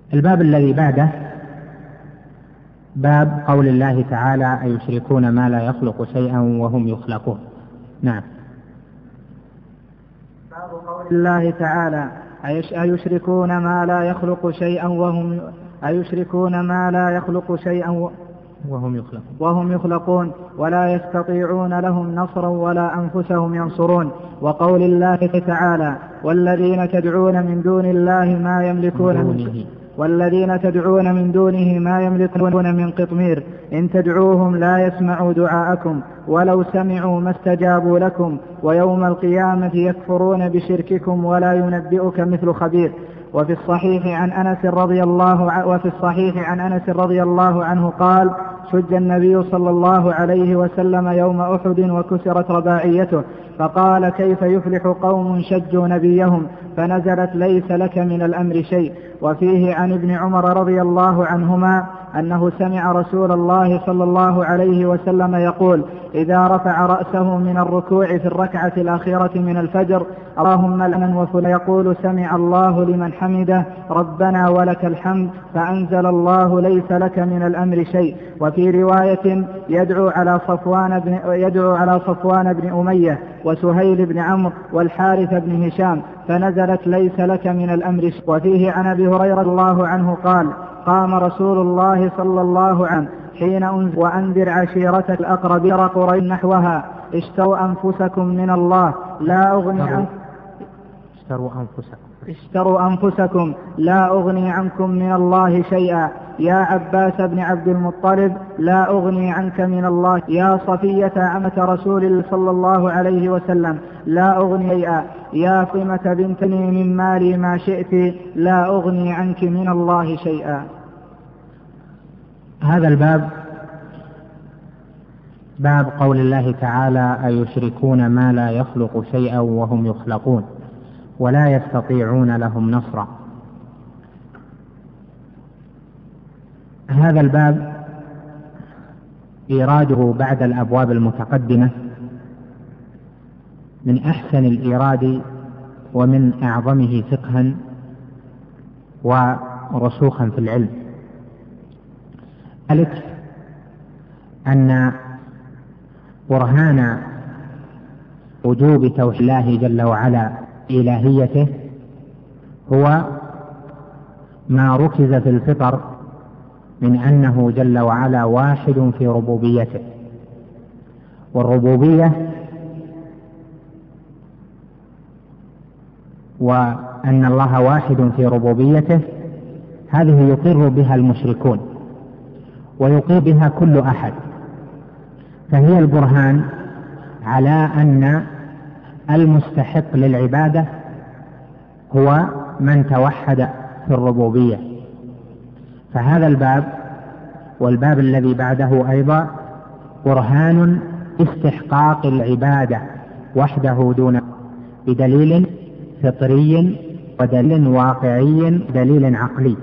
الباب الذي بعده باب قول الله تعالى: أيشركون ما لا يخلق شيئا وهم يخلقون. نعم. باب قول الله تعالى: أيشركون ما لا يخلق شيئا وهم يخلقون ولا يستطيعون لهم نصرا ولا أنفسهم ينصرون. وقول الله تعالى: والذين تدعون من دون الله ما يملكون من قطمير إن تدعوهم لا يسمعوا دعاءكم ولو سمعوا ما استجابوا لكم ويوم القيامة يكفرون بشرككم ولا ينبئك مثل خبير. وفي الصحيح عن أنس رضي الله عنه قال: شج النبي صلى الله عليه وسلم يوم أحد وكسرت رباعيته، فقال: كيف يفلح قوم شجوا نبيهم؟ فنزلت: ليس لك من الأمر شيء. وفيه عن ابن عمر رضي الله عنهما أنه سمع رسول الله صلى الله عليه وسلم يقول: إذا رفع رأسه من الركوع في الركعة الأخيرة من الفجر: اللهم لنا وفلان، يقول: سمع الله لمن حمده ربنا ولك الحمد، فأنزل الله: ليس لك من الأمر شيء. وفي رواية: يدعو على صفوان بن أمية وسهيل بن عمرو والحارث بن هشام، فنزلت: ليس لك من الأمر شيء. وفيه عن أبي هريرة الله عنه قال: قام رسول الله صلى الله عليه وسلم حين أنزل: وأنذر عشيرتك الأقربين قريش نحوها: اشتروا أنفسكم من الله لا أغني عنكم اشتروا أنفسكم لا أغني عنكم من الله شيئا. يا عباس بن عبد المطلب لا أغني عنك من الله. يا صفية عمة رسول الله صلى الله عليه وسلم لا أغني شيئا. يا فاطمة بنتني من مالي ما شئت لا أغني عنك من الله شيئا. هذا الباب باب قول الله تعالى: أيشركون ما لا يخلق شيئا وهم يخلقون ولا يستطيعون لهم نصرا. هذا الباب إيراده بعد الأبواب المتقدمة من أحسن الإيراد ومن أعظمه فقها ورسوخا في العلم. ذلك أن برهان وجوب توحيد الله جل وعلا إلهيته هو ما ركز في الفطر من أنه جل وعلا واحد في ربوبيته، والربوبية وأن الله واحد في ربوبيته هذه يقر بها المشركون ويقر بها كل أحد، فهي البرهان على أن المستحق للعبادة هو من توحد في الربوبية. فهذا الباب والباب الذي بعده أيضا برهان استحقاق العبادة وحده دون بدليل فطري ودليل واقعي دليل عقلي.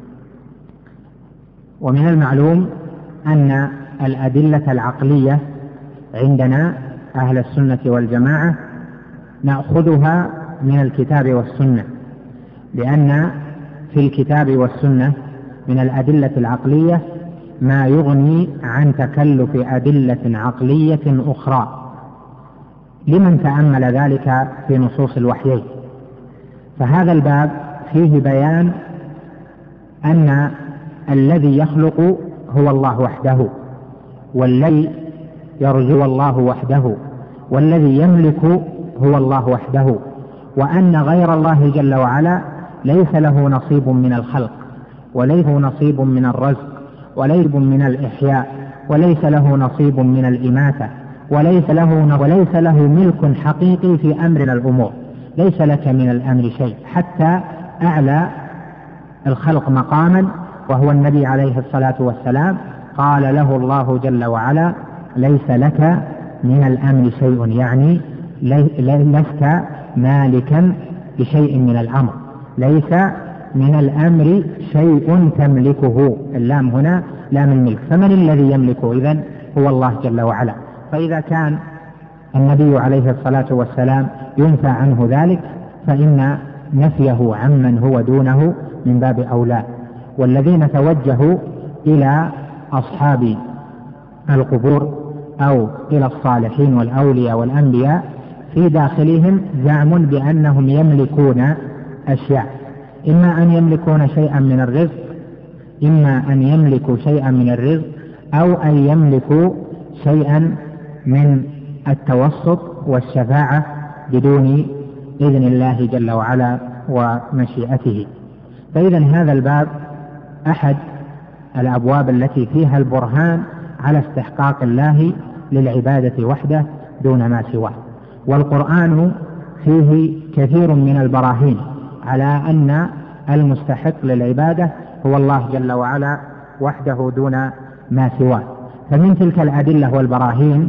ومن المعلوم أن الأدلة العقلية عندنا أهل السنة والجماعة نأخذها من الكتاب والسنة، لأن في الكتاب والسنة من الأدلة العقلية ما يغني عن تكلف أدلة عقلية أخرى لمن تأمل ذلك في نصوص الوحيين. فهذا الباب فيه بيان أن الذي يخلق هو الله وحده، والذي يرجو الله وحده، والذي يملك هو الله وحده، وأن غير الله جل وعلا ليس له نصيب من الخلق، وليس له نصيب من الرزق، وليس من الإحياء، وليس له نصيب من الإماتة، وليس له ملك حقيقي في أمر الأمور. ليس لك من الأمر شيء، حتى أعلى الخلق مقاما وهو النبي عليه الصلاة والسلام قال له الله جل وعلا: ليس لك من الأمر شيء، يعني لست مالكا لشيء من الأمر، ليس من الأمر شيء تملكه. اللام هنا لام الملك، فمن الذي يملكه إذن؟ هو الله جل وعلا. فإذا كان النبي عليه الصلاة والسلام ينفى عنه ذلك، فإن نفيه عمن هو دونه من باب أولى. والذين توجهوا إلى أصحاب القبور أو إلى الصالحين والأولياء والأنبياء في داخلهم زعم بأنهم يملكون أشياء، إما أن يملكون شيئا من الرزق، إما أن يملكوا شيئا من الرزق أو أن يملكوا شيئا من التوسط والشفاعة بدون إذن الله جل وعلا ومشيئته. فإذا هذا الباب أحد الأبواب التي فيها البرهان على استحقاق الله للعبادة وحده دون ما سواه، والقرآن فيه كثير من البراهين على أن المستحق للعبادة هو الله جل وعلا وحده دون ما سواه. فمن تلك الأدلة والبراهين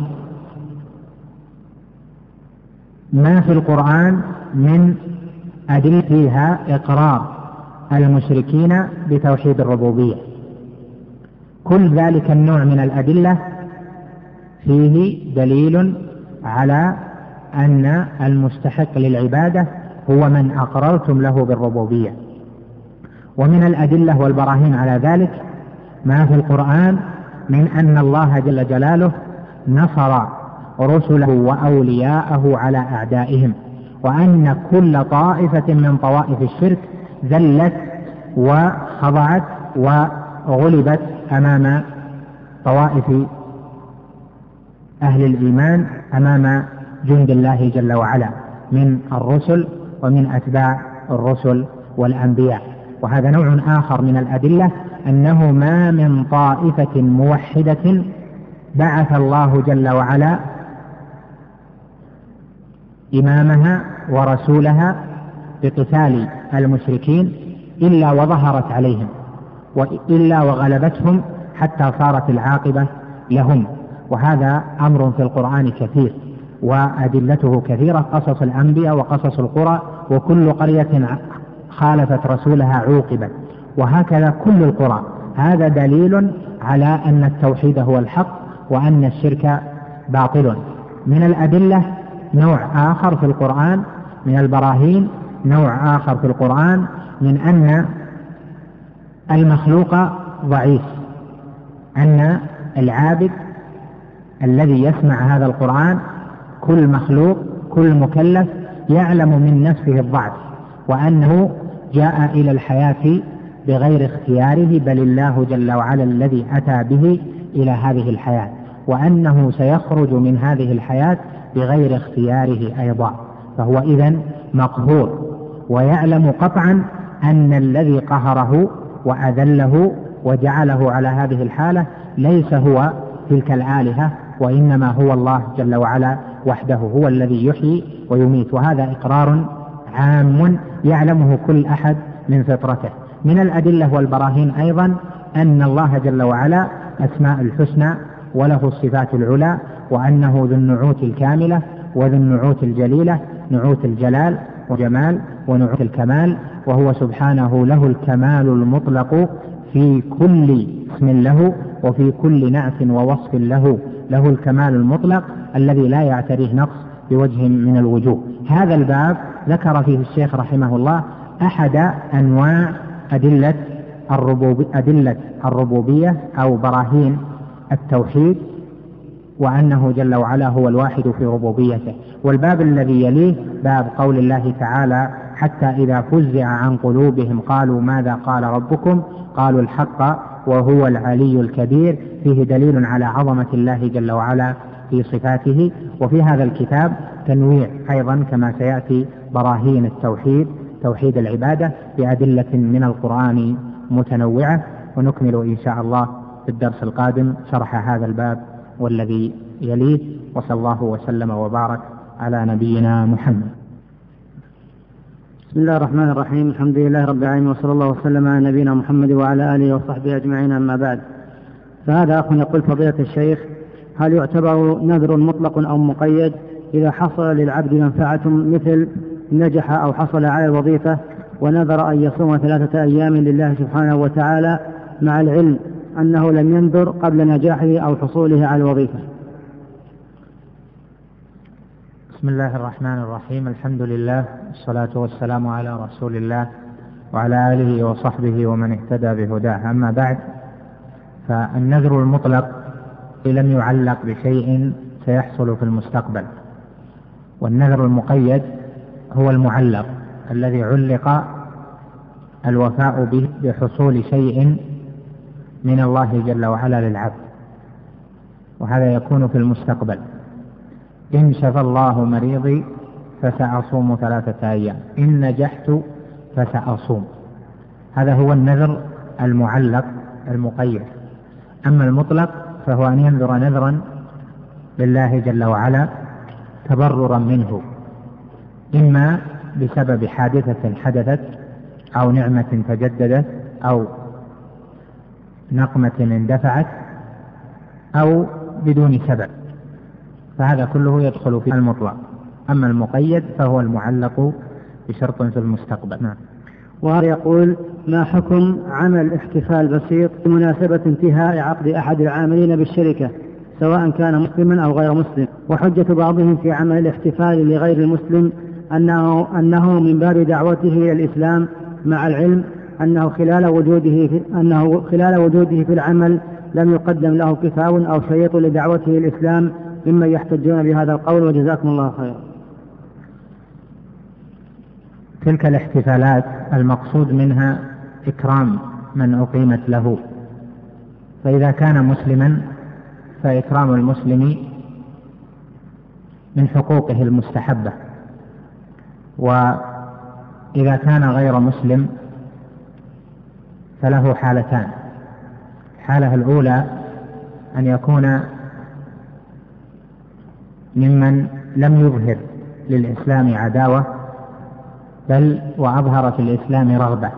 ما في القرآن من أدلة فيها إقرار المشركين بتوحيد الربوبية. كل ذلك النوع من الأدلة فيه دليل على أن المستحق للعبادة هو من أقررتم له بالربوبية. ومن الأدلة والبراهين على ذلك ما في القرآن من أن الله جل جلاله نصر رسله وأولياءه على أعدائهم، وأن كل طائفة من طوائف الشرك ذلت وخضعت وغلبت أمام طوائف أهل الإيمان، أمام جند الله جل وعلا من الرسل ومن أتباع الرسل والأنبياء. وهذا نوع آخر من الأدلة أنه ما من طائفة موحدة بعث الله جل وعلا إمامها ورسولها بقتال المشركين إلا وظهرت عليهم إلا وغلبتهم حتى صارت العاقبة لهم. وهذا أمر في القرآن كثير وأدلته كثيرة، قصص الأنبياء وقصص القرى، وكل قرية خالفت رسولها عوقبت، وهكذا كل القرى. هذا دليل على أن التوحيد هو الحق وأن الشرك باطل. من الأدلة نوع آخر في القرآن من البراهين، نوع آخر في القرآن من أن المخلوق ضعيف، أن العابد الذي يسمع هذا القرآن كل مخلوق كل مكلف يعلم من نفسه الضعف، وأنه جاء إلى الحياة بغير اختياره، بل الله جل وعلا الذي أتى به إلى هذه الحياة، وأنه سيخرج من هذه الحياة بغير اختياره أيضا. فهو إذن مقهور، ويعلم قطعا أن الذي قهره وأذله وجعله على هذه الحالة ليس هو تلك الآلهة، وإنما هو الله جل وعلا وحده، هو الذي يحيي ويميت. وهذا إقرار عام يعلمه كل أحد من فطرته. من الأدلة والبراهين أيضا أن الله جل وعلا أسماء الحسنى وله الصفات العلى، وأنه ذو النعوت الكاملة وذو النعوت الجليلة، نعوت الجلال وجمال ونعوت الكمال، وهو سبحانه له الكمال المطلق في كل اسم له وفي كل نعت ووصف له، له الكمال المطلق الذي لا يعتريه نقص بوجه من الوجوه. هذا الباب ذكر فيه الشيخ رحمه الله أحد أنواع أدلة الربوبية أو براهين التوحيد، وأنه جل وعلا هو الواحد في ربوبيته. والباب الذي يليه باب قول الله تعالى: حتى إذا فزع عن قلوبهم قالوا ماذا قال ربكم قالوا الحق وهو العلي الكبير، فيه دليل على عظمة الله جل وعلا في صفاته. وفي هذا الكتاب تنويع أيضا كما سيأتي براهين التوحيد، توحيد العبادة، بأدلة من القرآن متنوعة. ونكمل إن شاء الله في الدرس القادم شرح هذا الباب والذي يليه. وصلى الله وسلم وبارك على نبينا محمد. بسم الله الرحمن الرحيم، الحمد لله رب العالمين، وصلى الله وسلم على نبينا محمد وعلى آله وصحبه أجمعين، أما بعد. فهذا أخ يقول: فضيلة الشيخ، هل يعتبر نذر مطلق أو مقيد إذا حصل للعبد منفعة مثل نجح أو حصل على الوظيفة ونذر أن يصوم 3 أيام لله سبحانه وتعالى مع العلم أنه لم ينذر قبل نجاحه أو حصوله على الوظيفة؟ بسم الله الرحمن الرحيم، الحمد لله والصلاة والسلام على رسول الله وعلى آله وصحبه ومن اهتدى بهداه. أما بعد، فالنذر المطلق لم يعلق بشيء سيحصل في المستقبل، والنذر المقيد هو المعلق الذي علق الوفاء به بحصول شيء من الله جل وعلا للعبد، وهذا يكون في المستقبل. إن شفى الله مريضي فسأصوم 3 أيام، إن نجحت فسأصوم. هذا هو النذر المعلق المقيد. أما المطلق فهو أن ينذر نذرا لله جل وعلا تبررا منه، إما بسبب حادثة حدثت أو نعمة تجددت أو نقمة اندفعت أو بدون سبب، فهذا كله يدخل في المطلق. أما المقيد فهو المعلق بشرط في المستقبل. نعم. ويقول: ما حكم عمل احتفال بسيط بمناسبة انتهاء عقد أحد العاملين بالشركة سواء كان مسلما أو غير مسلم؟ وحجة بعضهم في عمل الاحتفال لغير المسلم أنه من باب دعوته إلى الإسلام، مع العلم أنه خلال وجوده في العمل لم يقدم له كتاب أو شريط لدعوته إلى الإسلام، ممن يحتجون بهذا القول، وجزاكم الله خيرا. تلك الاحتفالات المقصود منها إكرام من أقيمت له، فإذا كان مسلما فإكرام المسلم من حقوقه المستحبة، وإذا كان غير مسلم فله حالتان: الحالة الأولى أن يكون ممن لم يظهر للإسلام عداوة، بل وأظهر في الإسلام رغبة،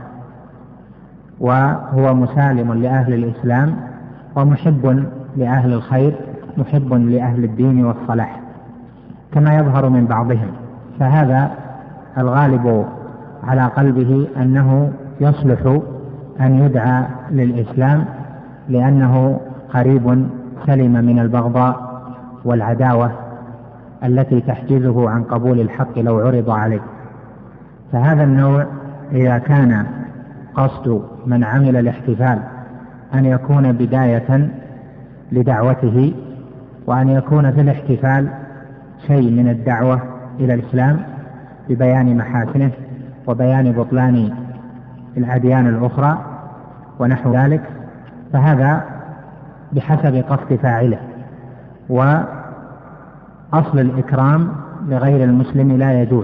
وهو مسالم لأهل الإسلام ومحب لأهل الخير، محب لأهل الدين والصلاح كما يظهر من بعضهم، فهذا الغالب على قلبه أنه يصلح أن يدعى للإسلام، لأنه قريب سلم من البغضاء والعداوة التي تحجزه عن قبول الحق لو عرض عليه. فهذا النوع إذا كان قصد من عمل الاحتفال أن يكون بداية لدعوته، وأن يكون في الاحتفال شيء من الدعوة إلى الإسلام ببيان محاسنه وبيان بطلان الأديان الأخرى ونحو ذلك، فهذا بحسب قصد فاعله. وأصل الإكرام لغير المسلم لا يجوز.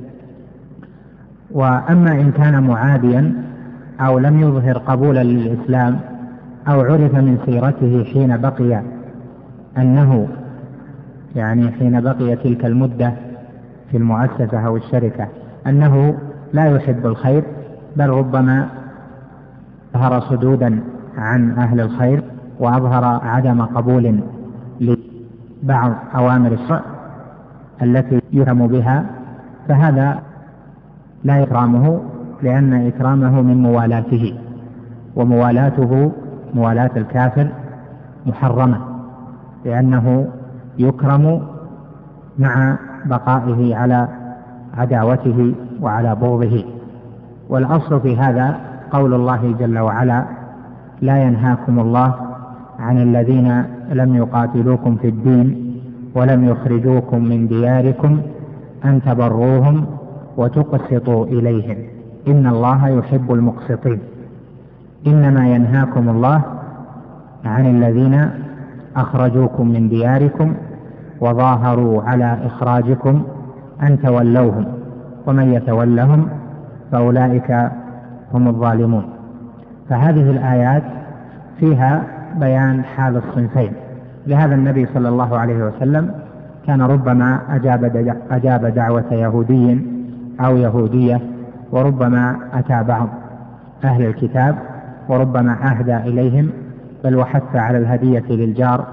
وأما إن كان معاديا أو لم يظهر قبولا للإسلام أو عرف من سيرته حين بقي أنه حين بقي تلك المدة في المؤسسة أو الشركة أنه لا يحب الخير، بل ربما ظهر صدودا عن أهل الخير وأظهر عدم قبول لبعض أوامر الشرع التي يفهم بها، فهذا لا إكرامه، لأن إكرامه من موالاته، وموالاته موالاة الكافر محرمة، لأنه يكرم مع بقائه على عداوته وعلى بغضه. والأصل في هذا قول الله جل وعلا: لا ينهاكم الله عن الذين لم يقاتلوكم في الدين ولم يخرجوكم من دياركم أن تبروهم وتقسطوا إليهم إن الله يحب المقسطين. إنما ينهاكم الله عن الذين أخرجوكم من دياركم وظاهروا على إخراجكم أن تولوهم ومن يتولهم فأولئك هم الظالمون. فهذه الآيات فيها بيان حال الصنفين. لهذا النبي صلى الله عليه وسلم كان ربما أجاب دعوة يهودي أو يهودية، وربما أتى بعض أهل الكتاب، وربما أهدى إليهم، بل وحث على الهدية للجار،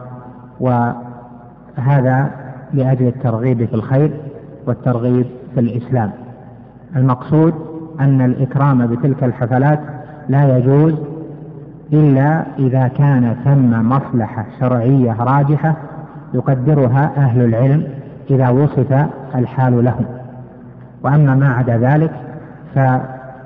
وهذا لأجل الترغيب في الخير والترغيب في الإسلام. المقصود أن الإكرام بتلك الحفلات لا يجوز إلا إذا كان ثم مصلحة شرعية راجحة يقدرها أهل العلم إذا وصف الحال لهم. وأما ما عدا ذلك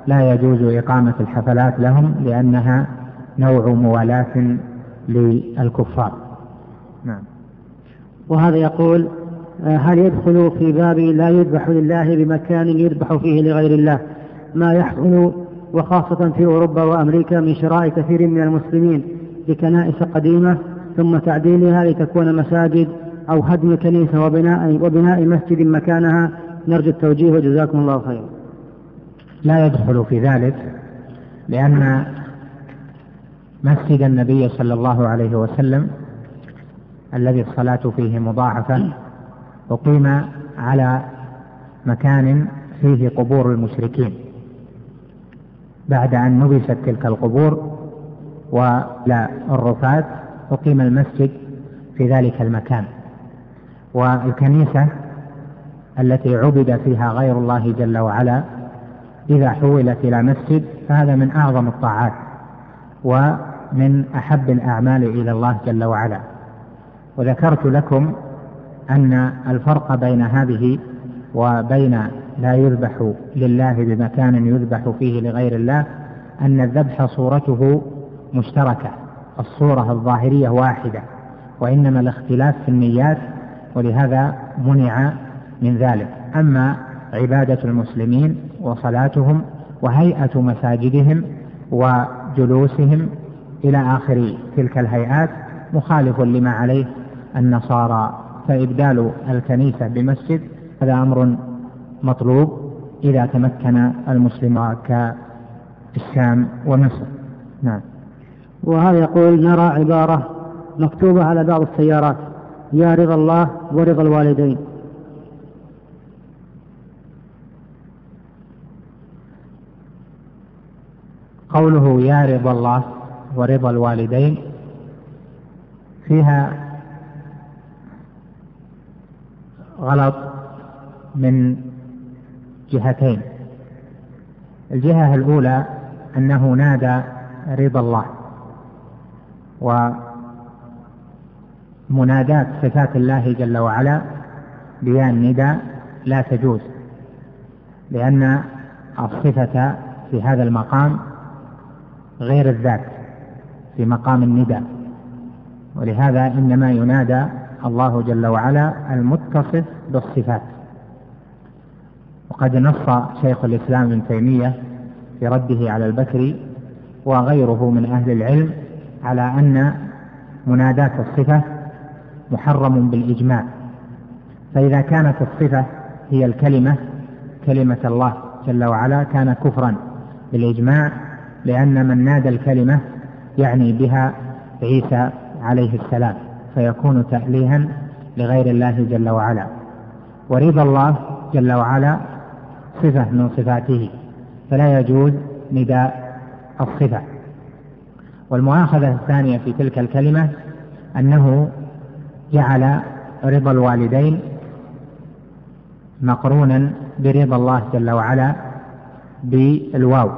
لا يجوز إقامة الحفلات لهم لأنها نوع موالاة للكفار. نعم. وهذا يقول: هل يدخل في باب لا يذبح لله بمكان يذبح فيه لغير الله ما يحصل وخاصة في أوروبا وأمريكا من شراء كثير من المسلمين لكنائس قديمة ثم تعديلها لتكون مساجد أو هدم كنيسة وبناء مسجد مكانها؟ نرجو التوجيه وجزاكم الله خيرا. لا يدخل في ذلك، لأن مسجد النبي صلى الله عليه وسلم الذي الصلاة فيه مضاعفة أقيم على مكان فيه قبور المشركين، بعد أن نبشت تلك القبور ولا الرفات أقيم المسجد في ذلك المكان. والكنيسة التي عبد فيها غير الله جل وعلا إذا حولت إلى مسجد فهذا من أعظم الطاعات ومن أحب الأعمال إلى الله جل وعلا. وذكرت لكم أن الفرق بين هذه وبين لا يذبح لله بمكان يذبح فيه لغير الله أن الذبح صورته مشتركة، الصورة الظاهرية واحدة، وإنما الاختلاف في النيات، ولهذا منع من ذلك. أما عبادة المسلمين وصلاتهم وهيئة مساجدهم وجلوسهم إلى آخر تلك الهيئات مخالف لما عليه النصارى، فإبدال الكنيسة بمسجد هذا أمر مطلوب إذا تمكن المسلمون كالشام ومصر. نعم. وهذا يقول: نرى عبارة مكتوبة على بعض السيارات: يا رضا الله ورضا الوالدين. قوله يا رضا الله ورضا الوالدين فيها غلط من جهتين. الجهة الأولى أنه نادى رضا الله، ومنادات صفات الله جل وعلا بيا النداء لا تجوز، لأن الصفة في هذا المقام غير الذات في مقام النداء، ولهذا إنما ينادى الله جل وعلا المتصف بالصفات. وقد نص شيخ الإسلام ابن تيمية في رده على البكري وغيره من أهل العلم على أن منادات الصفة محرم بالإجماع، فإذا كانت الصفة هي الكلمة كلمة الله جل وعلا كان كفرا بالإجماع، لأن من نادى الكلمة يعني بها عيسى عليه السلام، فيكون تأليها لغير الله جل وعلا. ورضا الله جل وعلا صفة من صفاته، فلا يجوز نداء الصفة. والمؤاخذة الثانية في تلك الكلمة أنه جعل رضا الوالدين مقرونا برضا الله جل وعلا بالواو،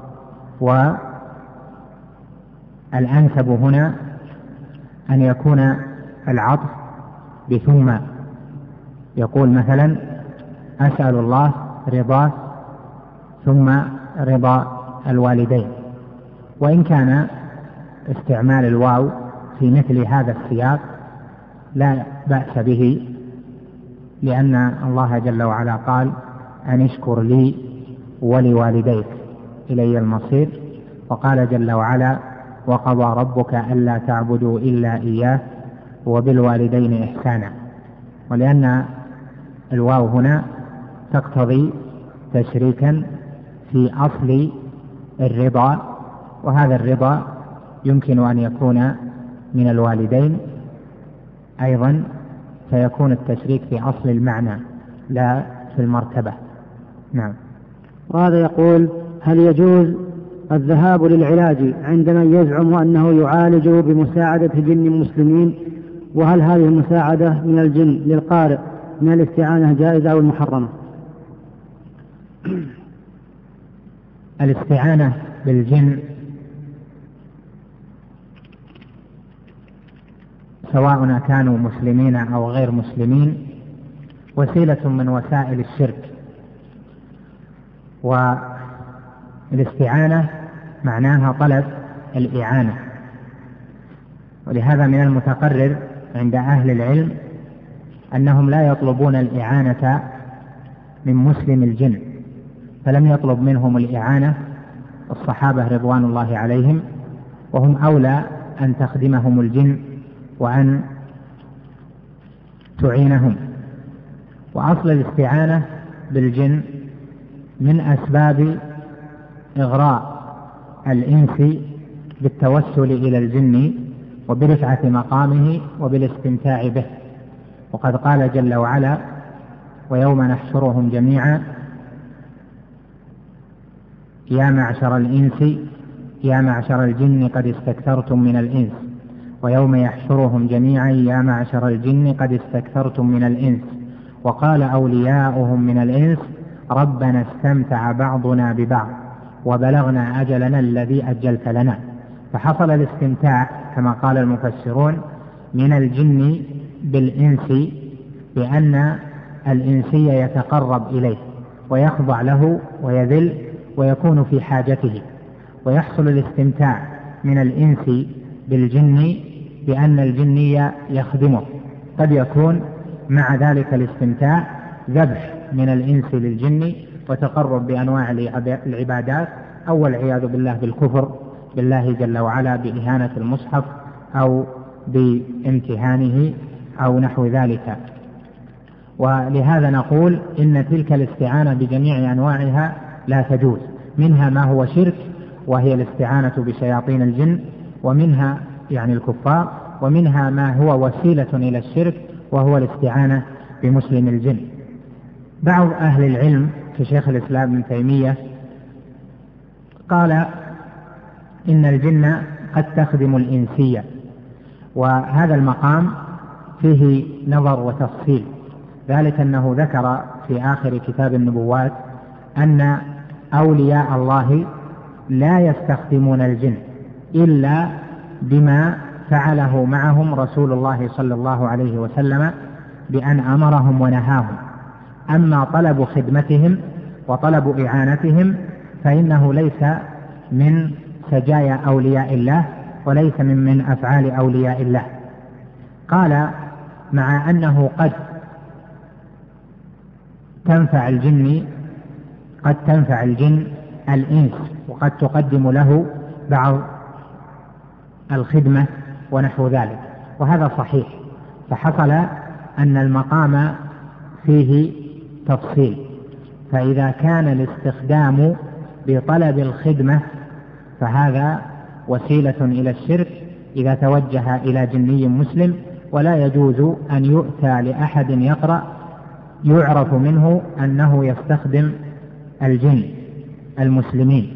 والأنسب هنا أن يكون العطف بثم، يقول مثلا أسأل الله رضاه ثم رضا الوالدين. وإن كان استعمال الواو في مثل هذا السياق لا بأس به، لأن الله جل وعلا قال أن اشكر لي ولوالديك إلي المصير، وقال جل وعلا وقضى ربك ألا تعبدوا إلا إياه وبالوالدين إحسانا. ولأن الواو هنا تقتضي تشريكا في أصل الرضا، وهذا الرضا يمكن أن يكون من الوالدين أيضا، فيكون التشريك في أصل المعنى لا في المرتبة. نعم. وهذا يقول: هل يجوز الذهاب للعلاج عندما يزعم أنه يعالج بمساعدة جن المسلمين؟ وهل هذه المساعدة من الجن للقارئ من الاستعانة جائزة أو محرمة؟ الاستعانة بالجن سواء كانوا مسلمين أو غير مسلمين وسيلة من وسائل الشرك، الاستعانة معناها طلب الإعانة، ولهذا من المتقرر عند أهل العلم أنهم لا يطلبون الإعانة من مسلم الجن، فلم يطلب منهم الإعانة الصحابة رضوان الله عليهم، وهم أولى أن تخدمهم الجن وأن تعينهم. وأصل الاستعانة بالجن من أسباب إغراء الإنس بالتوسل إلى الجن وبرفعة مقامه وبالاستمتاع به. وقد قال جل وعلا: ويوم نحشرهم جميعا يا معشر الإنس يا معشر الجن قد استكثرتم من الإنس، ويوم يحشرهم جميعا يا معشر الجن قد استكثرتم من الإنس، وقال أولياؤهم من الإنس ربنا استمتع بعضنا ببعض وبلغنا أجلنا الذي أجلت لنا. فحصل الاستمتاع كما قال المفسرون من الجن بالإنس، بأن الإنسي يتقرب إليه ويخضع له ويذل ويكون في حاجته، ويحصل الاستمتاع من الإنس بالجن بأن الجني يخدمه. قد يكون مع ذلك الاستمتاع ذبح من الإنس للجن وتقرب بأنواع العبادات، أو والعياذ بالله بالكفر بالله جل وعلا بإهانة المصحف أو بامتهانه أو نحو ذلك. ولهذا نقول إن تلك الاستعانة بجميع أنواعها لا تجوز، منها ما هو شرك وهي الاستعانة بشياطين الجن، ومنها يعني الكفار، ومنها ما هو وسيلة إلى الشرك وهو الاستعانة بمسلم الجن. بعض أهل العلم كشيخ الإسلام ابن تيمية قال إن الجن قد تخدم الإنسية، وهذا المقام فيه نظر وتفصيل، ذلك أنه ذكر في آخر كتاب النبوات أن أولياء الله لا يستخدمون الجن إلا بما فعله معهم رسول الله صلى الله عليه وسلم بأن أمرهم ونهاهم. أما طلب خدمتهم وطلب إعانتهم فإنه ليس من سجايا أولياء الله وليس من أفعال أولياء الله. قال مع أنه قد تنفع الجن الإنس وقد تقدم له بعض الخدمة ونحو ذلك، وهذا صحيح. فحصل أن المقام فيه تفصيل، فإذا كان الاستخدام بطلب الخدمة فهذا وسيلة إلى الشرك إذا توجه إلى جني مسلم، ولا يجوز أن يؤتى لأحد يقرأ يعرف منه أنه يستخدم الجن المسلمين.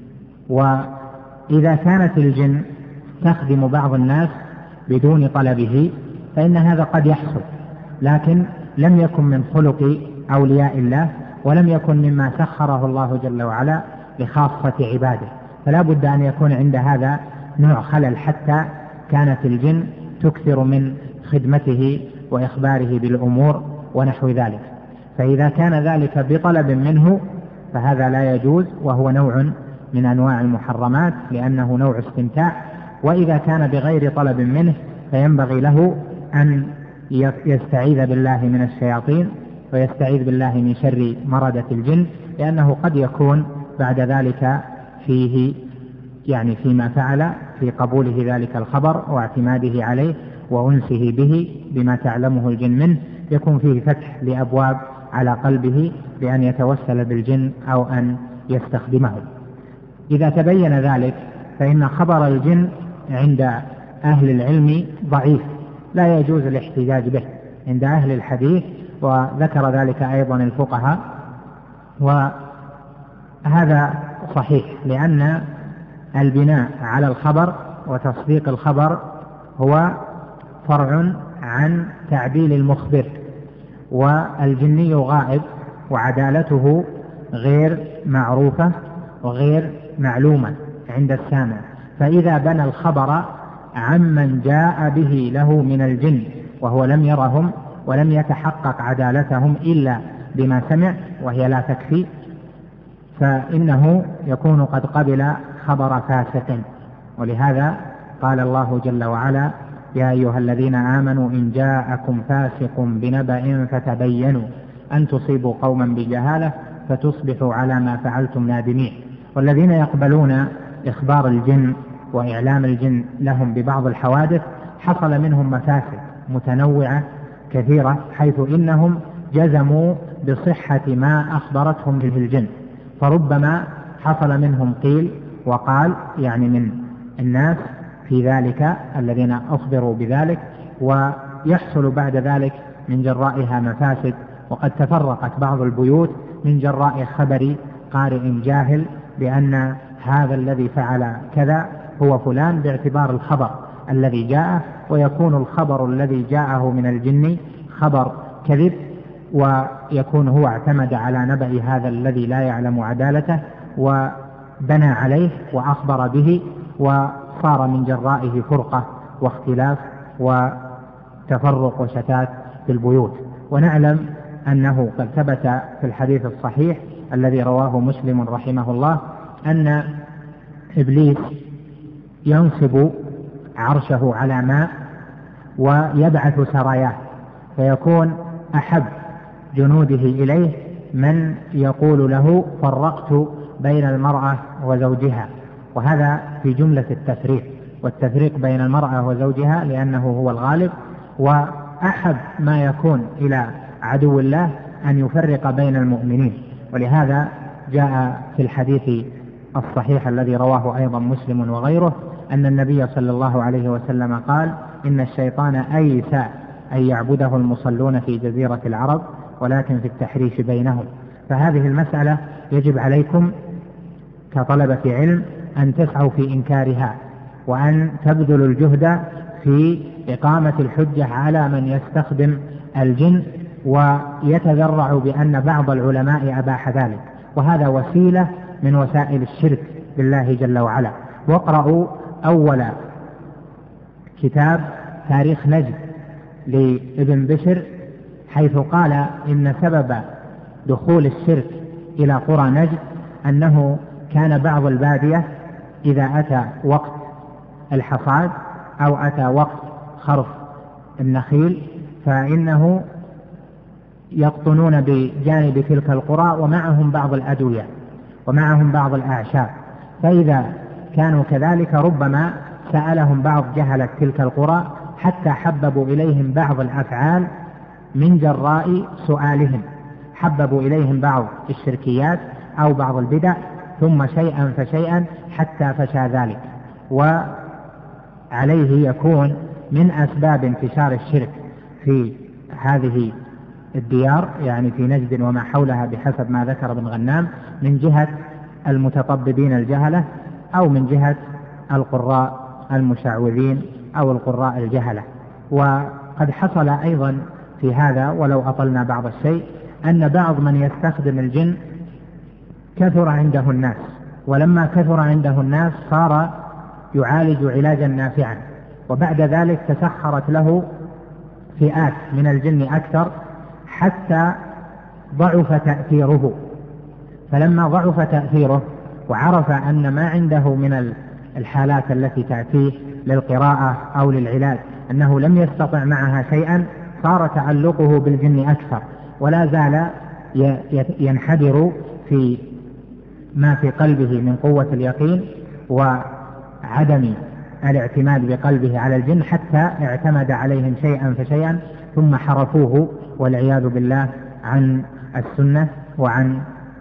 وإذا كانت الجن تخدم بعض الناس بدون طلبه فإن هذا قد يحصل، لكن لم يكن من خلق أولياء الله ولم يكن مما سخره الله جل وعلا لخاصة عباده، فلا بد أن يكون عند هذا نوع خلل حتى كانت الجن تكثر من خدمته وإخباره بالأمور ونحو ذلك. فإذا كان ذلك بطلب منه فهذا لا يجوز، وهو نوع من أنواع المحرمات لأنه نوع استمتاع. وإذا كان بغير طلب منه فينبغي له أن يستعيذ بالله من الشياطين ويستعيذ بالله من شر مردة الجن، لأنه قد يكون بعد ذلك فيه يعني فيما فعل في قبوله ذلك الخبر واعتماده عليه وأنسه به بما تعلمه الجن منه، يكون فيه فتح لأبواب على قلبه بأن يتوسل بالجن أو أن يستخدمه. إذا تبين ذلك فإن خبر الجن عند أهل العلم ضعيف لا يجوز الاحتجاج به عند أهل الحديث، وذكر ذلك أيضا الفقهاء، وهذا صحيح لأن البناء على الخبر وتصديق الخبر هو فرع عن تعديل المخبر، والجني غائب وعدالته غير معروفة وغير معلومة عند السامع، فإذا بنى الخبر عمن جاء به له من الجن وهو لم يرهم ولم يتحقق عدالتهم إلا بما سمع وهي لا تكفي، فإنه يكون قد قبل خبر فاسق. ولهذا قال الله جل وعلا: يا أيها الذين آمنوا إن جاءكم فاسق بنبأ فتبينوا أن تصيبوا قوما بجهالة فتصبحوا على ما فعلتم نادمين. والذين يقبلون إخبار الجن وإعلام الجن لهم ببعض الحوادث حصل منهم مفاسد متنوعة كثيرة، حيث إنهم جزموا بصحة ما أخبرتهم به الجن، فربما حصل منهم قيل وقال، يعني من الناس في ذلك الذين أخبروا بذلك، ويحصل بعد ذلك من جرائها مفاسد. وقد تفرقت بعض البيوت من جراء خبر قارئ جاهل بأن هذا الذي فعل كذا هو فلان باعتبار الخبر الذي جاءه، ويكون الخبر الذي جاءه من الجن خبر كذب، ويكون هو اعتمد على نبأ هذا الذي لا يعلم عدالته وبنى عليه وأخبر به، وصار من جرائه فرقة واختلاف وتفرق وشتات في البيوت. ونعلم أنه قد ثبت في الحديث الصحيح الذي رواه مسلم رحمه الله أن إبليس ينصب عرشه على ماء ويبعث سراياه، فيكون أحب جنوده إليه من يقول له فرقت بين المرأة وزوجها، وهذا في جملة التفريق، والتفريق بين المرأة وزوجها لأنه هو الغالب. وأحب ما يكون إلى عدو الله أن يفرق بين المؤمنين. ولهذا جاء في الحديث الصحيح الذي رواه أيضا مسلم وغيره أن النبي صلى الله عليه وسلم قال: إن الشيطان أيس أن يعبده المصلون في جزيرة العرب ولكن في التحريش بينهم. فهذه المسألة يجب عليكم كطلبة علم أن تسعوا في إنكارها، وأن تبذلوا الجهد في إقامة الحجة على من يستخدم الجن ويتذرع بأن بعض العلماء أباح ذلك، وهذا وسيلة من وسائل الشرك بالله جل وعلا. واقرأوا أول كتاب تاريخ نجد لابن بشر، حيث قال إن سبب دخول الشرك إلى قرى نجد أنه كان بعض البادية إذا أتى وقت الحصاد أو أتى وقت خرف النخيل فإنه يقطنون بجانب تلك القرى ومعهم بعض الأدوية ومعهم بعض الأعشاب، فإذا كانوا كذلك ربما سألهم بعض جهلة تلك القرى حتى حببوا إليهم بعض الأفعال من جراء سؤالهم، حببوا إليهم بعض الشركيات أو بعض البدع، ثم شيئا فشيئا حتى فشى ذلك. وعليه يكون من أسباب انتشار الشرك في هذه الديار، يعني في نجد وما حولها بحسب ما ذكر ابن غنام، من جهة المتطببين الجهلة أو من جهة القراء المشعوذين أو القراء الجهلة. وقد حصل أيضا في هذا، ولو أطلنا بعض الشيء، أن بعض من يستخدم الجن كثر عنده الناس، ولما كثر عنده الناس صار يعالج علاجا نافعا، وبعد ذلك تسخرت له فئات من الجن أكثر حتى ضعف تأثيره. فلما ضعف تأثيره وعرف أن ما عنده من الحالات التي تأتيه للقراءة أو للعلاج أنه لم يستطع معها شيئا، صار تعلقه بالجن أكثر، ولا زال ينحدر في ما في قلبه من قوة اليقين وعدم الاعتماد بقلبه على الجن، حتى اعتمد عليهم شيئا فشيئا ثم حرفوه والعياذ بالله عن السنة وعن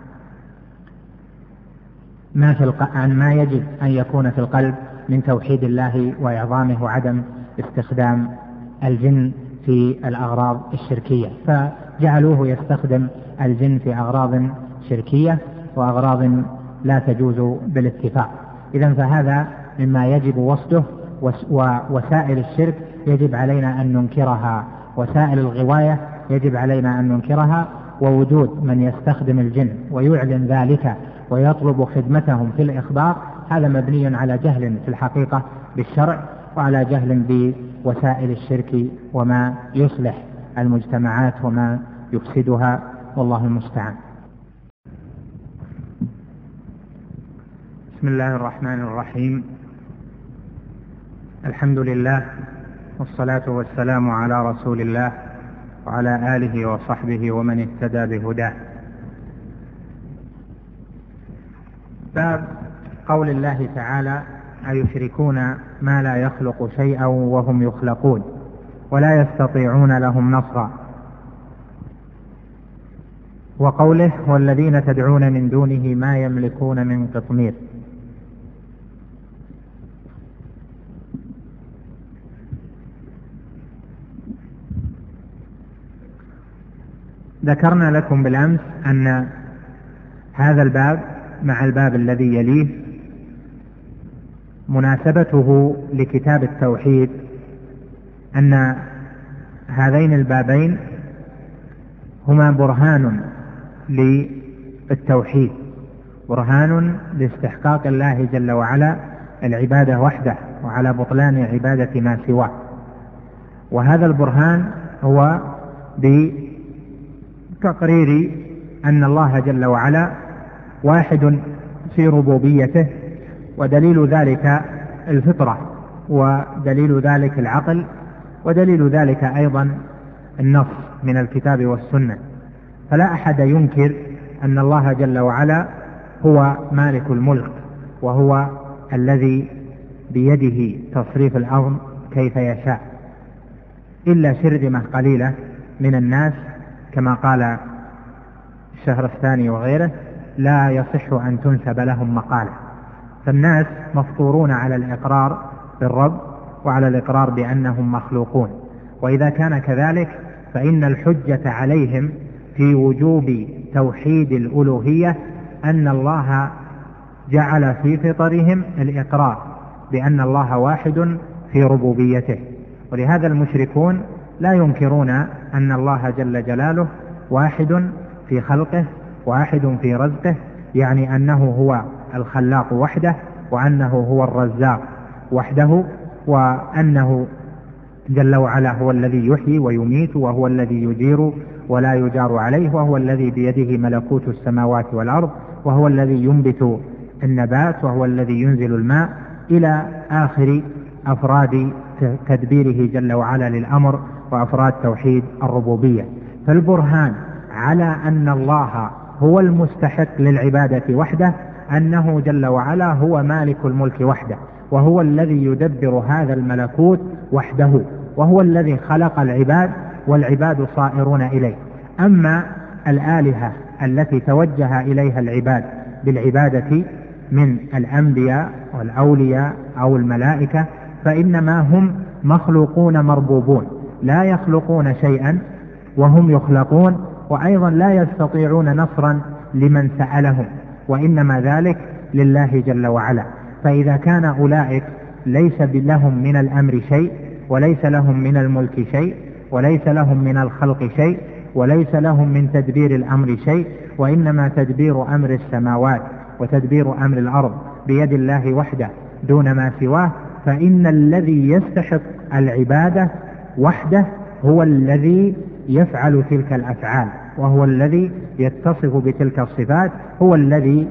ما يجب أن يكون في القلب من توحيد الله وإعظامه وعدم استخدام الجن في الأغراض الشركية، فجعلوه يستخدم الجن في أغراض شركية وأغراض لا تجوز بالاتفاق. إذن فهذا مما يجب وصده، ووسائل الشرك يجب علينا أن ننكرها، وسائل الغواية يجب علينا أن ننكرها، ووجود من يستخدم الجن ويعلن ذلك ويطلب خدمتهم في الإخبار هذا مبني على جهل في الحقيقة بالشرع، وعلى جهل بوسائل الشرك وما يصلح المجتمعات وما يفسدها، والله المستعان. بسم الله الرحمن الرحيم. الحمد لله والصلاة والسلام على رسول الله وعلى آله وصحبه ومن اهتدى بهداه. باب قول الله تعالى: أيشركون ما لا يخلق شيئا وهم يخلقون ولا يستطيعون لهم نصرا. وقوله: والذين تدعون من دونه ما يملكون من قطمير. ذكرنا لكم بالأمس أن هذا الباب مع الباب الذي يليه مناسبته لكتاب التوحيد أن هذين البابين هما برهان للتوحيد، برهان لاستحقاق الله جل وعلا العبادة وحده وعلى بطلان عبادة ما سواه. وهذا البرهان هو بتقرير أن الله جل وعلا واحد في ربوبيته، ودليل ذلك الفطرة، ودليل ذلك العقل، ودليل ذلك أيضا النص من الكتاب والسنة. فلا أحد ينكر أن الله جل وعلا هو مالك الملك، وهو الذي بيده تصريف الأمر كيف يشاء، إلا شرذمة قليلة من الناس كما قال الشهرستاني وغيره لا يصح أن تنسب لهم مقالة. فالناس مفطورون على الإقرار بالرب وعلى الإقرار بأنهم مخلوقون، وإذا كان كذلك فإن الحجة عليهم في وجوب توحيد الألوهية أن الله جعل في فطرهم الإقرار بأن الله واحد في ربوبيته. ولهذا المشركون لا ينكرون أن الله جل جلاله واحد في خلقه، واحد في رزقه، يعني أنه هو الخلاق وحده، وأنه هو الرزاق وحده، وأنه جل وعلا هو الذي يحيي ويميت، وهو الذي يجير ولا يجار عليه، وهو الذي بيده ملكوت السماوات والأرض، وهو الذي ينبت النبات، وهو الذي ينزل الماء، إلى آخر أفراد تدبيره جل وعلا للأمر وأفراد توحيد الربوبية. فالبرهان على أن الله هو المستحق للعبادة وحده أنه جل وعلا هو مالك الملك وحده، وهو الذي يدبر هذا الملكوت وحده، وهو الذي خلق العباد والعباد صائرون إليه. أما الآلهة التي توجه إليها العباد بالعبادة من الأنبياء والأولياء أو الملائكة فإنما هم مخلوقون مربوبون، لا يخلقون شيئا وهم يخلقون، وأيضا لا يستطيعون نصرا لمن سألهم، وإنما ذلك لله جل وعلا. فإذا كان أولئك ليس لهم من الأمر شيء، وليس لهم من الملك شيء، وليس لهم من الخلق شيء، وليس لهم من تدبير الأمر شيء، وإنما تدبير أمر السماوات وتدبير أمر الأرض بيد الله وحده دون ما سواه، فإن الذي يستحق العبادة وحده هو الذي يفعل تلك الأفعال، وهو الذي يتصف بتلك الصفات، هو الذي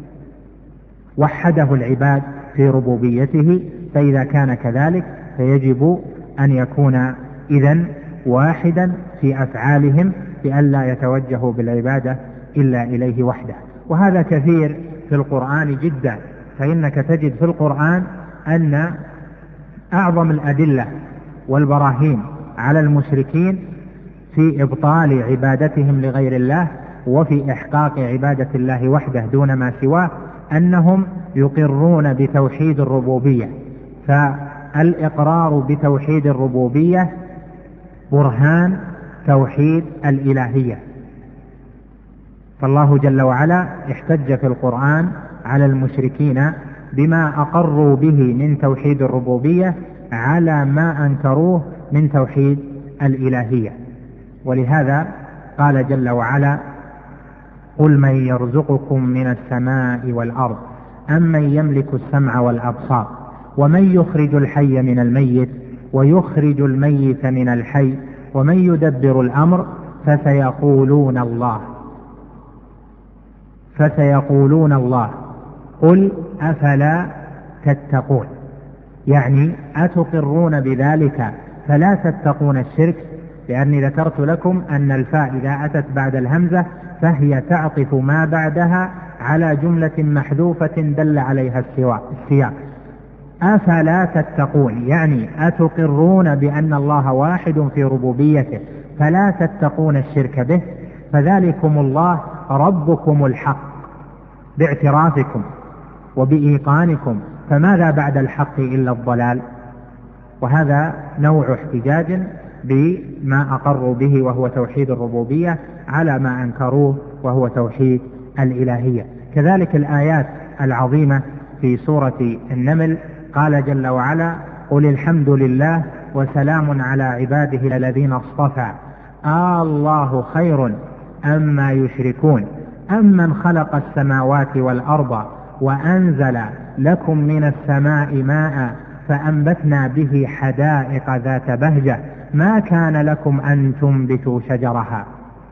وحده العباد في ربوبيته. فإذا كان كذلك فيجب أن يكون إذن واحدا في أفعالهم، بأن لا يتوجهوا بالعبادة إلا إليه وحده. وهذا كثير في القرآن جدا، فإنك تجد في القرآن أن أعظم الأدلة والبراهين على المشركين في إبطال عبادتهم لغير الله وفي إحقاق عبادة الله وحده دون ما سواه أنهم يقرون بتوحيد الربوبية. فالإقرار بتوحيد الربوبية برهان توحيد الإلهية. فالله جل وعلا احتج في القرآن على المشركين بما أقروا به من توحيد الربوبية على ما أنكروه من توحيد الإلهية. ولهذا قال جل وعلا: قل من يرزقكم من السماء والأرض أمن يملك السمع والأبصار ومن يخرج الحي من الميت ويخرج الميت من الحي ومن يدبر الأمر فسيقولون الله قل أفلا تتقون، يعني أتقرون بذلك فلا تتقون الشرك، لأني ذكرت لكم أن الفاء إذا أتت بعد الهمزة فهي تعطف ما بعدها على جملة محذوفة دل عليها السياق. أفلا تتقون يعني أتقرون بأن الله واحد في ربوبيته فلا تتقون الشرك به، فذلكم الله ربكم الحق باعترافكم وبإيقانكم، فماذا بعد الحق إلا الضلال؟ وهذا نوع احتجاج بما أقروا به وهو توحيد الربوبية على ما أنكروه وهو توحيد الإلهية. كذلك الآيات العظيمة في سورة النمل قال جل وعلا: قل الحمد لله وسلام على عباده الذين اصطفى الله خير أما يشركون أمن خلق السماوات والأرض وأنزل لكم من السماء ماء فأنبتنا به حدائق ذات بهجة ما كان لكم أن تنبتوا شجرها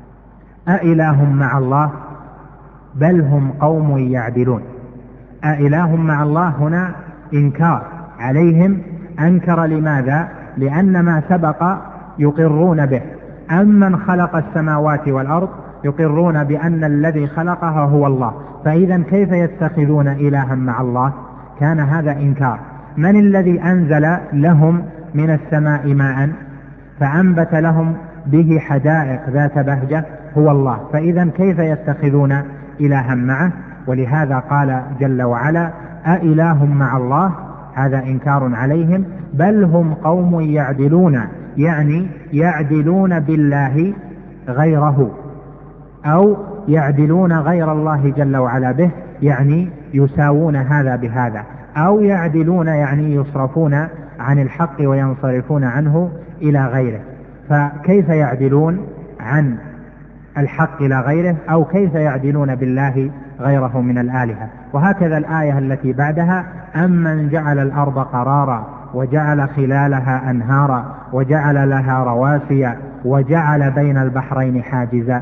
أإله مع الله بل هم قوم يعدلون. أإله مع الله هنا إنكار عليهم، أنكر لماذا؟ لأن ما سبق يقرون به. أمن خلق السماوات والأرض يقرون بأن الذي خلقها هو الله، فإذا كيف يتخذون إلها مع الله؟ كان هذا إنكار. من الذي أنزل لهم من السماء ماء فأنبت لهم به حدائق ذات بهجة؟ هو الله، فإذا كيف يتخذون إلها معه؟ ولهذا قال جل وعلا: أإله مع الله، هذا إنكار عليهم، بل هم قوم يعدلون، يعني يعدلون بالله غيره أو يعدلون غير الله جل وعلا به، يعني يساوون هذا بهذا، أو يعدلون يعني يصرفون عن الحق وينصرفون عنه إلى غيره. فكيف يعدلون عن الحق إلى غيره، أو كيف يعدلون بالله غيره من الآلهة؟ وهكذا الآية التي بعدها: أمن جعل الأرض قرارا وجعل خلالها أنهارا وجعل لها رواسي وجعل بين البحرين حاجزا.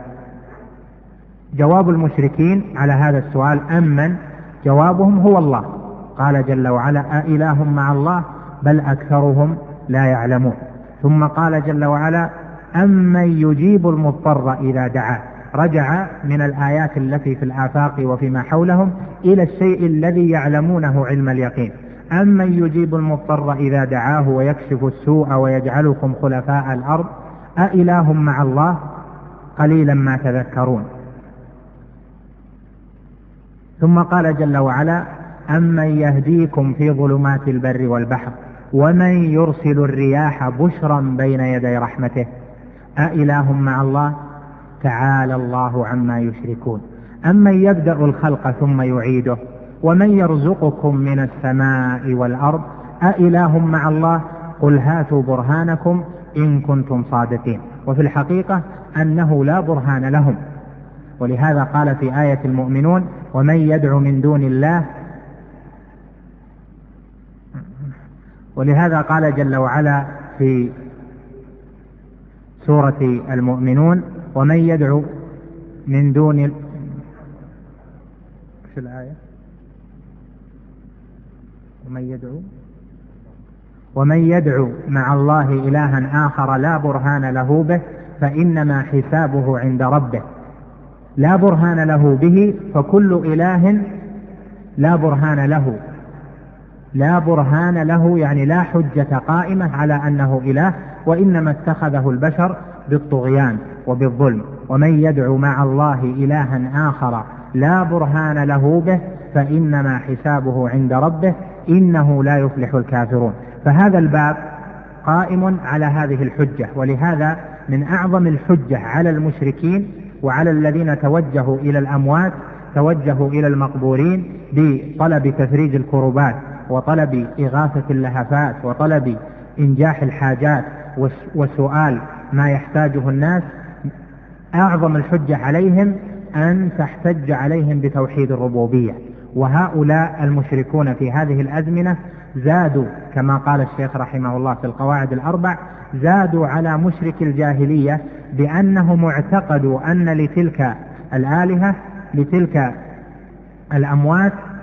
جواب المشركين على هذا السؤال أمن، جوابهم هو الله. قال جل وعلا: أإله مع الله بل أكثرهم لا يعلمون. ثم قال جل وعلا: أمن يجيب المضطر إذا دعاه. رجع من الآيات التي في الآفاق وفيما حولهم إلى الشيء الذي يعلمونه علم اليقين. أمن يجيب المضطر إذا دعاه ويكشف السوء ويجعلكم خلفاء الأرض أإله مع الله قليلا ما تذكرون. ثم قال جل وعلا: أمن يهديكم في ظلمات البر والبحر ومن يرسل الرياح بشرا بين يدي رحمته أإله مع الله تعالى الله عما يشركون. أمن يبدأ الخلق ثم يعيده ومن يرزقكم من السماء والأرض أإله مع الله قل هاتوا برهانكم إن كنتم صادقين. وفي الحقيقة أنه لا برهان لهم، ولهذا قال في آية المؤمنون: ومن يدعو من دون الله. ولهذا قال جل وعلا في سورة المؤمنون: ومن يدعو من دون في الآية ومن يدعو مع الله إلها آخر لا برهان له به فإنما حسابه عند ربه. لا برهان له به، فكل إله لا برهان له، لا برهان له يعني لا حجة قائمة على أنه إله، وإنما اتخذه البشر بالطغيان وبالظلم. ومن يدعو مع الله إلها آخر لا برهان له به فإنما حسابه عند ربه إنه لا يفلح الكافرون. فهذا الباب قائم على هذه الحجة، ولهذا من أعظم الحجة على المشركين وعلى الذين توجهوا إلى الأموات، توجهوا إلى المقبورين بطلب تفريج الكربات وطلب إغاثة اللهفات وطلب إنجاح الحاجات وسؤال ما يحتاجه الناس. أعظم الحجة عليهم أن تحتج عليهم بتوحيد الربوبية. وهؤلاء المشركون في هذه الأزمنة زادوا كما قال الشيخ رحمه الله في القواعد الأربع، زادوا على مشرك الجاهلية بأنهم اعتقدوا أن لتلك الآلهة لتلك الأموات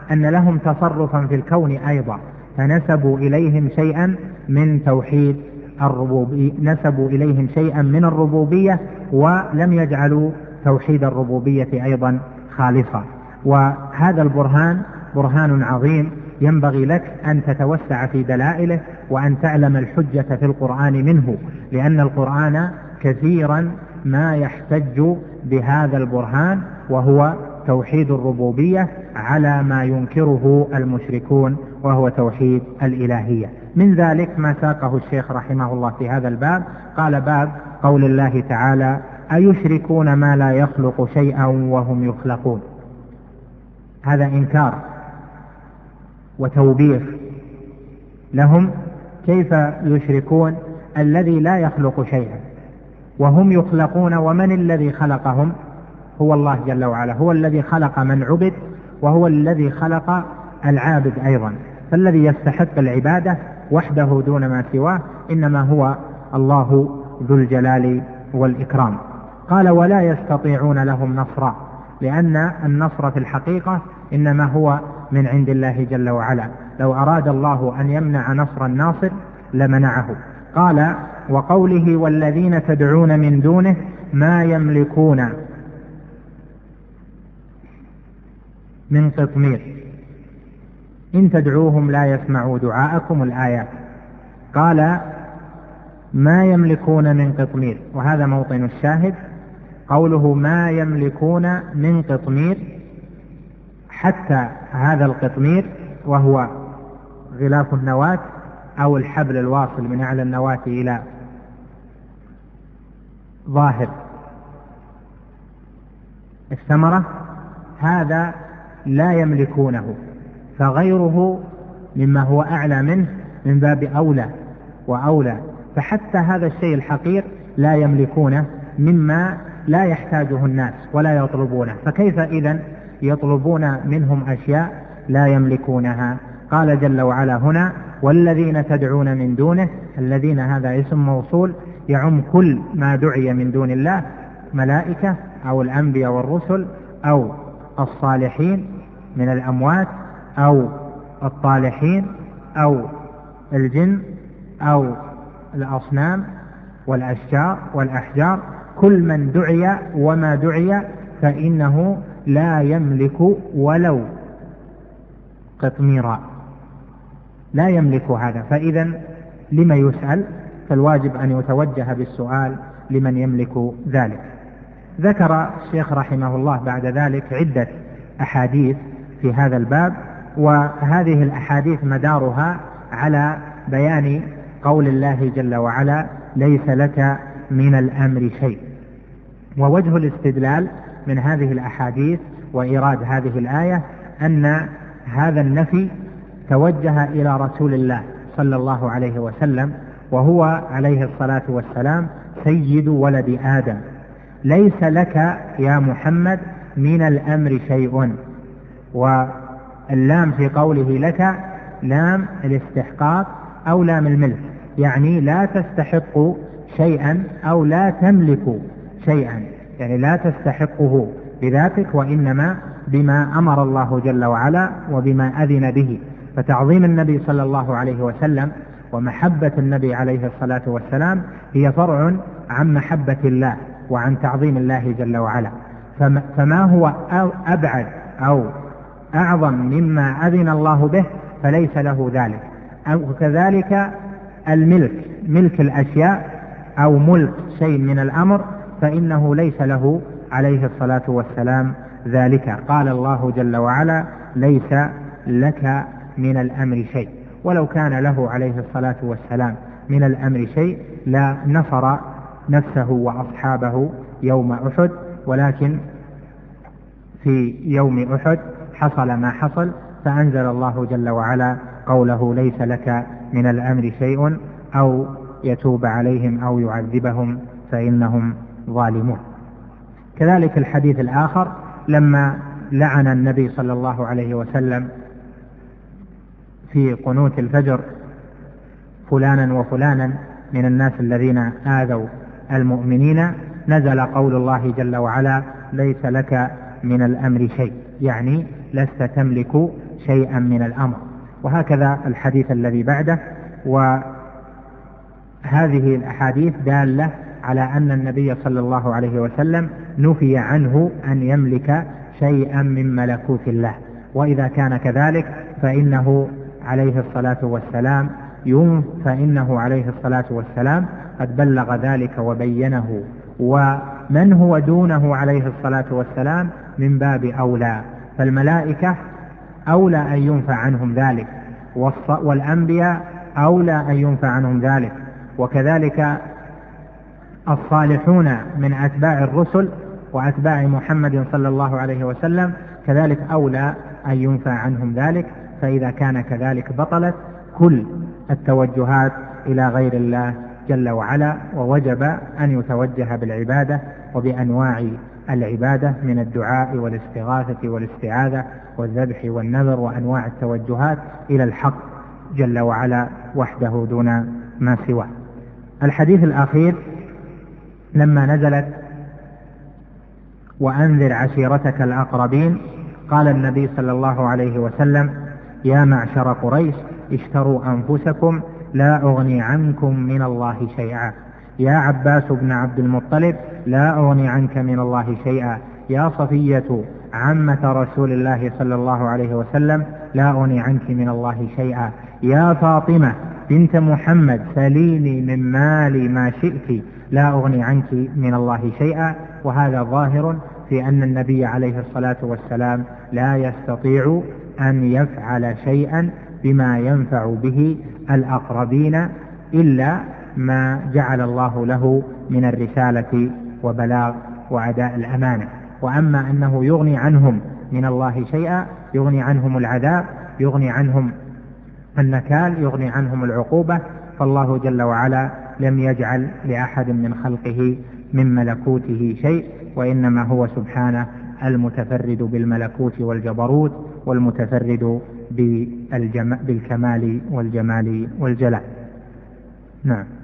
أن لهم تصرفا في الكون أيضا، فنسبوا إليهم شيئا من توحيد الربوبية، نسبوا إليهم شيئا من الربوبية ولم يجعلوا توحيد الربوبية أيضا خالصا. وهذا البرهان برهان عظيم، ينبغي لك أن تتوسع في دلائله وأن تعلم الحجة في القرآن منه، لأن القرآن كثيرا ما يحتج بهذا البرهان وهو توحيد الربوبية على ما ينكره المشركون وهو توحيد الإلهية. من ذلك ما ساقه الشيخ رحمه الله في هذا الباب، قال: باب قول الله تعالى: أيشركون ما لا يخلق شيئا وهم يخلقون. هذا إنكار وتوبيخ لهم، كيف يشركون الذي لا يخلق شيئا وهم يخلقون؟ ومن الذي خلقهم؟ هو الله جل وعلا، هو الذي خلق من عبد وهو الذي خلق العابد أيضا، فالذي يستحق العبادة وحده دون ما سواه إنما هو الله ذو الجلال والإكرام. قال: ولا يستطيعون لهم نصرا، لأن النصر في الحقيقة إنما هو من عند الله جل وعلا، لو أراد الله أن يمنع نصر الناصر لمنعه. قال: وقوله: والذين تدعون من دونه ما يملكون من قطمير إن تدعوهم لا يسمعوا دعاءكم، الآيات. قال: ما يملكون من قطمير، وهذا موطن الشاهد، قوله ما يملكون من قطمير، حتى هذا القطمير وهو غلاف النواة أو الحبل الواصل من أعلى النواة إلى ظاهر الثمرة، هذا لا يملكونه، فغيره مما هو أعلى منه من باب أولى وأولى. فحتى هذا الشيء الحقير لا يملكونه مما لا يحتاجه الناس ولا يطلبونه، فكيف إذن يطلبون منهم أشياء لا يملكونها؟ قال جل وعلا هنا: والذين تدعون من دونه، الذين هذا اسم موصول يعم كل ما دعي من دون الله، ملائكة أو الأنبياء والرسل أو الصالحين من الأموات أو الطالحين أو الجن أو الأصنام والأشجار والأحجار، كل من دعي وما دعي فإنه لا يملك ولو قطميرا، لا يملك هذا. فإذا لما يسأل؟ فالواجب أن يتوجه بالسؤال لمن يملك ذلك. ذكر الشيخ رحمه الله بعد ذلك عدة أحاديث في هذا الباب، وهذه الأحاديث مدارها على بيان قول الله جل وعلا: ليس لك من الأمر شيء. ووجه الاستدلال من هذه الأحاديث وإيراد هذه الآية أن هذا النفي توجه إلى رسول الله صلى الله عليه وسلم، وهو عليه الصلاة والسلام سيد ولد آدم. ليس لك يا محمد من الأمر شيء، واللام في قوله لك لام الاستحقاق أو لام الملك، يعني لا تستحق شيئا أو لا تملك شيئا، يعني لا تستحقه بذاتك، وإنما بما أمر الله جل وعلا وبما أذن به. فتعظيم النبي صلى الله عليه وسلم ومحبة النبي عليه الصلاة والسلام هي فرع عن محبة الله وعن تعظيم الله جل وعلا. فما هو أبعد أو أعظم مما أذن الله به فليس له ذلك. وكذلك الملك، ملك الأشياء أو ملك شيء من الأمر، فإنه ليس له عليه الصلاة والسلام ذلك. قال الله جل وعلا: ليس لك من الأمر شيء. ولو كان له عليه الصلاة والسلام من الأمر شيء لا نصر نفسه وأصحابه يوم أحد، ولكن في يوم أحد حصل ما حصل، فأنزل الله جل وعلا قوله: ليس لك من الأمر شيء، أو يتوب عليهم أو يعذبهم فإنهم ظالمون. كذلك الحديث الآخر لما لعن النبي صلى الله عليه وسلم في قنوت الفجر فلانا وفلانا من الناس الذين آذوا المؤمنين، نزل قول الله جل وعلا: ليس لك من الأمر شيء، يعني لست تملك شيئا من الأمر. وهكذا الحديث الذي بعده. وهذه الأحاديث دالة على أن النبي صلى الله عليه وسلم نفي عنه أن يملك شيئا من ملكوت الله، وإذا كان كذلك فإنه عليه الصلاة والسلام قد بلغ ذلك وبينه، ومن هو دونه عليه الصلاة والسلام من باب أولى، فالملائكة أولى أن ينفع عنهم ذلك، والأنبياء أولى أن ينفع عنهم ذلك، وكذلك الصالحون من أتباع الرسل وأتباع محمد صلى الله عليه وسلم كذلك أولى أن ينفع عنهم ذلك. فإذا كان كذلك بطلت كل التوجهات إلى غير الله جل وعلا، ووجب أن يتوجه بالعبادة وبأنواع العبادة من الدعاء والاستغاثة والاستعاذة والذبح والنذر وأنواع التوجهات إلى الحق جل وعلا وحده دون ما سواه. الحديث الأخير لما نزلت وأنذر عشيرتك الأقربين، قال النبي صلى الله عليه وسلم: يا معشر قريش اشتروا أنفسكم لا أغني عنكم من الله شيئا، يا عباس بن عبد المطلب لا أغني عنك من الله شيئا، يا صفية عمة رسول الله صلى الله عليه وسلم لا أغني عنك من الله شيئا، يا فاطمة بنت محمد سليني من مالي ما شئت لا أغني عنك من الله شيئا. وهذا ظاهر في أن النبي عليه الصلاة والسلام لا يستطيع أن يفعل شيئا بما ينفع به الأقربين إلا ما جعل الله له من الرسالة وبلاغ وأداء الأمانة. وأما أنه يغني عنهم من الله شيئا، يغني عنهم العذاب، يغني عنهم النكال، يغني عنهم العقوبة، فالله جل وعلا لم يجعل لأحد من خلقه من ملكوته شيء، وإنما هو سبحانه المتفرد بالملكوت والجبروت والمتفرد بالكمال والجمال والجلال. نعم.